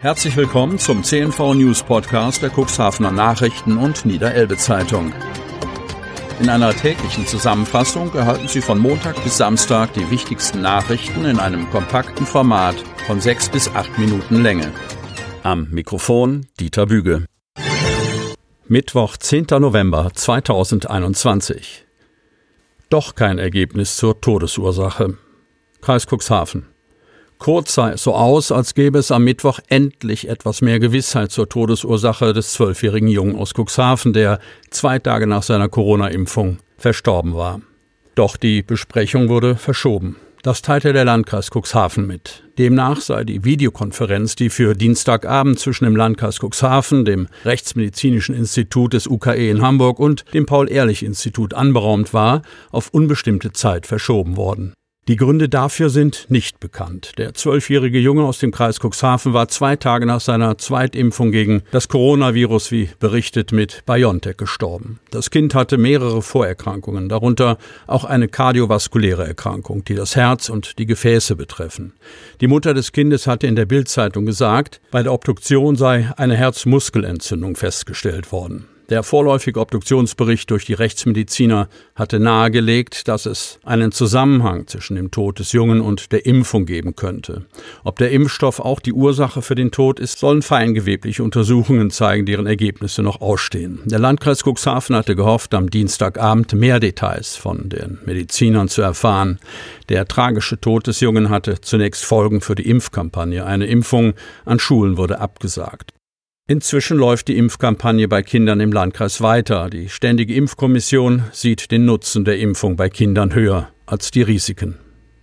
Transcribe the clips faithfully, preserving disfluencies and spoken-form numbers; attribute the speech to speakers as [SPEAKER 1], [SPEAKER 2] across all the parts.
[SPEAKER 1] Herzlich willkommen zum C N V News Podcast der Cuxhavener Nachrichten und Niederelbe Zeitung. In einer täglichen Zusammenfassung erhalten Sie von Montag bis Samstag die wichtigsten Nachrichten in einem kompakten Format von sechs bis acht Minuten Länge. Am Mikrofon Dieter Büge. Mittwoch, zehnter November zweitausendeinundzwanzig. Doch kein Ergebnis zur Todesursache. Kreis Cuxhaven. Kurz sah es so aus, als gäbe es am Mittwoch endlich etwas mehr Gewissheit zur Todesursache des zwölfjährigen Jungen aus Cuxhaven, der zwei Tage nach seiner Corona-Impfung verstorben war. Doch die Besprechung wurde verschoben. Das teilte der Landkreis Cuxhaven mit. Demnach sei die Videokonferenz, die für Dienstagabend zwischen dem Landkreis Cuxhaven, dem Rechtsmedizinischen Institut des U K E in Hamburg und dem Paul-Ehrlich-Institut anberaumt war, auf unbestimmte Zeit verschoben worden. Die Gründe dafür sind nicht bekannt. Der zwölfjährige Junge aus dem Kreis Cuxhaven war zwei Tage nach seiner Zweitimpfung gegen das Coronavirus, wie berichtet, mit BioNTech gestorben. Das Kind hatte mehrere Vorerkrankungen, darunter auch eine kardiovaskuläre Erkrankung, die das Herz und die Gefäße betreffen. Die Mutter des Kindes hatte in der Bild-Zeitung gesagt, bei der Obduktion sei eine Herzmuskelentzündung festgestellt worden. Der vorläufige Obduktionsbericht durch die Rechtsmediziner hatte nahegelegt, dass es einen Zusammenhang zwischen dem Tod des Jungen und der Impfung geben könnte. Ob der Impfstoff auch die Ursache für den Tod ist, sollen feingewebliche Untersuchungen zeigen, deren Ergebnisse noch ausstehen. Der Landkreis Cuxhaven hatte gehofft, am Dienstagabend mehr Details von den Medizinern zu erfahren. Der tragische Tod des Jungen hatte zunächst Folgen für die Impfkampagne. Eine Impfung an Schulen wurde abgesagt. Inzwischen läuft die Impfkampagne bei Kindern im Landkreis weiter. Die Ständige Impfkommission sieht den Nutzen der Impfung bei Kindern höher als die Risiken.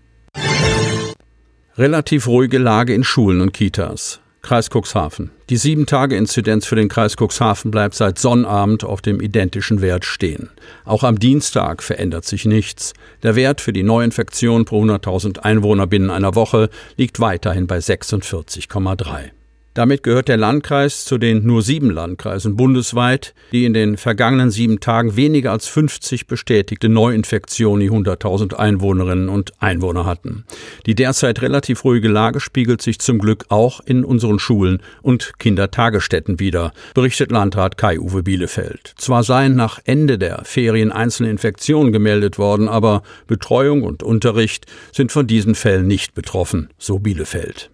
[SPEAKER 1] Relativ ruhige Lage in Schulen und Kitas. Kreis Cuxhaven. Die sieben Tage Inzidenz für den Kreis Cuxhaven bleibt seit Sonnabend auf dem identischen Wert stehen. Auch am Dienstag verändert sich nichts. Der Wert für die Neuinfektion pro hunderttausend Einwohner binnen einer Woche liegt weiterhin bei sechsundvierzig Komma drei. Damit gehört der Landkreis zu den nur sieben Landkreisen bundesweit, die in den vergangenen sieben Tagen weniger als fünfzig bestätigte Neuinfektionen je hunderttausend Einwohnerinnen und Einwohner hatten. Die derzeit relativ ruhige Lage spiegelt sich zum Glück auch in unseren Schulen und Kindertagesstätten wider, berichtet Landrat Kai-Uwe Bielefeld. Zwar seien nach Ende der Ferien einzelne Infektionen gemeldet worden, aber Betreuung und Unterricht sind von diesen Fällen nicht betroffen, so Bielefeld.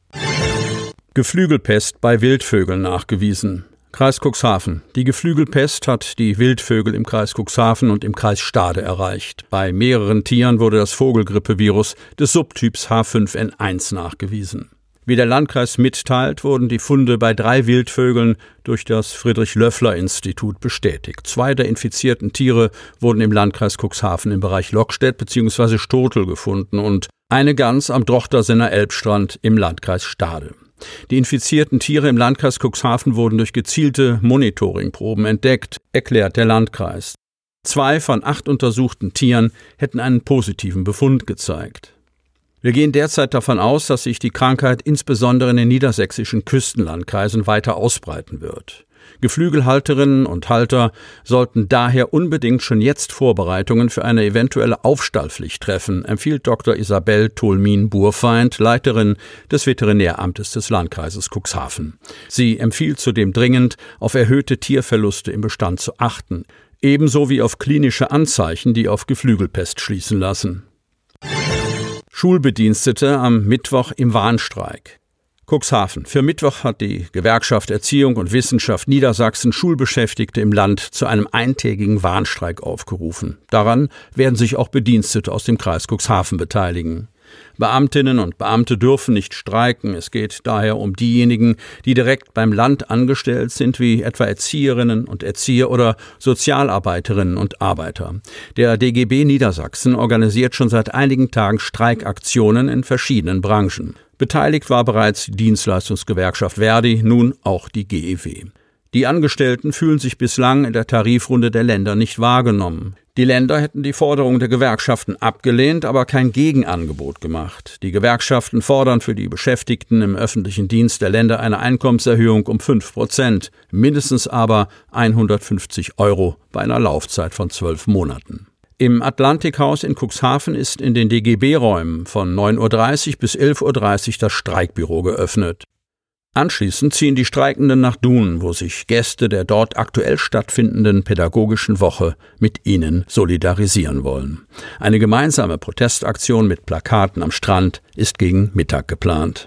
[SPEAKER 1] Geflügelpest bei Wildvögeln nachgewiesen. Kreis Cuxhaven. Die Geflügelpest hat die Wildvögel im Kreis Cuxhaven und im Kreis Stade erreicht. Bei mehreren Tieren wurde das Vogelgrippevirus des Subtyps H fünf N eins nachgewiesen. Wie der Landkreis mitteilt, wurden die Funde bei drei Wildvögeln durch das Friedrich-Löffler-Institut bestätigt. Zwei der infizierten Tiere wurden im Landkreis Cuxhaven im Bereich Lockstedt bzw. Stotel gefunden und eine Gans am Drochtersenner Elbstrand im Landkreis Stade. Die infizierten Tiere im Landkreis Cuxhaven wurden durch gezielte Monitoringproben entdeckt, erklärt der Landkreis. Zwei von acht untersuchten Tieren hätten einen positiven Befund gezeigt. Wir gehen derzeit davon aus, dass sich die Krankheit insbesondere in den niedersächsischen Küstenlandkreisen weiter ausbreiten wird. Geflügelhalterinnen und Halter sollten daher unbedingt schon jetzt Vorbereitungen für eine eventuelle Aufstallpflicht treffen, empfiehlt Doktor Isabel Tolmin-Burfeind, Leiterin des Veterinäramtes des Landkreises Cuxhaven. Sie empfiehlt zudem dringend, auf erhöhte Tierverluste im Bestand zu achten, ebenso wie auf klinische Anzeichen, die auf Geflügelpest schließen lassen. Schulbedienstete am Mittwoch im Warnstreik. Cuxhaven. Für Mittwoch hat die Gewerkschaft Erziehung und Wissenschaft Niedersachsen Schulbeschäftigte im Land zu einem eintägigen Warnstreik aufgerufen. Daran werden sich auch Bedienstete aus dem Kreis Cuxhaven beteiligen. Beamtinnen und Beamte dürfen nicht streiken. Es geht daher um diejenigen, die direkt beim Land angestellt sind, wie etwa Erzieherinnen und Erzieher oder Sozialarbeiterinnen und Arbeiter. Der D G B Niedersachsen organisiert schon seit einigen Tagen Streikaktionen in verschiedenen Branchen. Beteiligt war bereits die Dienstleistungsgewerkschaft Verdi, nun auch die G E W. Die Angestellten fühlen sich bislang in der Tarifrunde der Länder nicht wahrgenommen. Die Länder hätten die Forderungen der Gewerkschaften abgelehnt, aber kein Gegenangebot gemacht. Die Gewerkschaften fordern für die Beschäftigten im öffentlichen Dienst der Länder eine Einkommenserhöhung um fünf Prozent, mindestens aber hundertfünfzig Euro bei einer Laufzeit von zwölf Monaten. Im Atlantikhaus in Cuxhaven ist in den D G B-Räumen von neun Uhr dreißig bis elf Uhr dreißig das Streikbüro geöffnet. Anschließend ziehen die Streikenden nach Dun, wo sich Gäste der dort aktuell stattfindenden Pädagogischen Woche mit ihnen solidarisieren wollen. Eine gemeinsame Protestaktion mit Plakaten am Strand ist gegen Mittag geplant.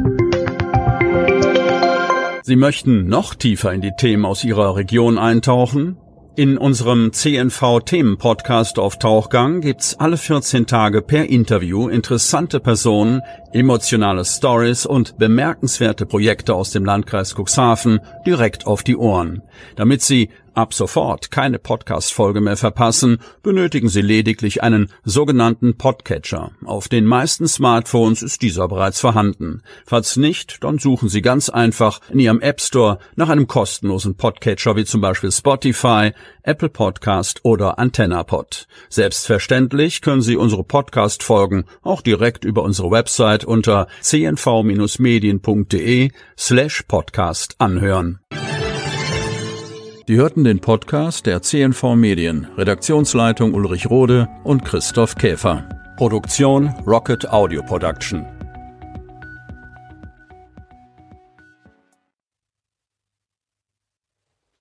[SPEAKER 1] Sie möchten noch tiefer in die Themen aus Ihrer Region eintauchen? In unserem C N V-Themen-Podcast auf Tauchgang gibt's alle vierzehn Tage per Interview interessante Personen, emotionale Stories und bemerkenswerte Projekte aus dem Landkreis Cuxhaven direkt auf die Ohren. Damit Sie ab sofort keine Podcast-Folge mehr verpassen, benötigen Sie lediglich einen sogenannten Podcatcher. Auf den meisten Smartphones ist dieser bereits vorhanden. Falls nicht, dann suchen Sie ganz einfach in Ihrem App Store nach einem kostenlosen Podcatcher wie zum Beispiel Spotify, Apple Podcast oder AntennaPod. Selbstverständlich können Sie unsere Podcast-Folgen auch direkt über unsere Website unter c n v medien punkt d e slash podcast anhören. Sie hörten den Podcast der C N V Medien, Redaktionsleitung Ulrich Rode und Christoph Käfer. Produktion Rocket Audio Production.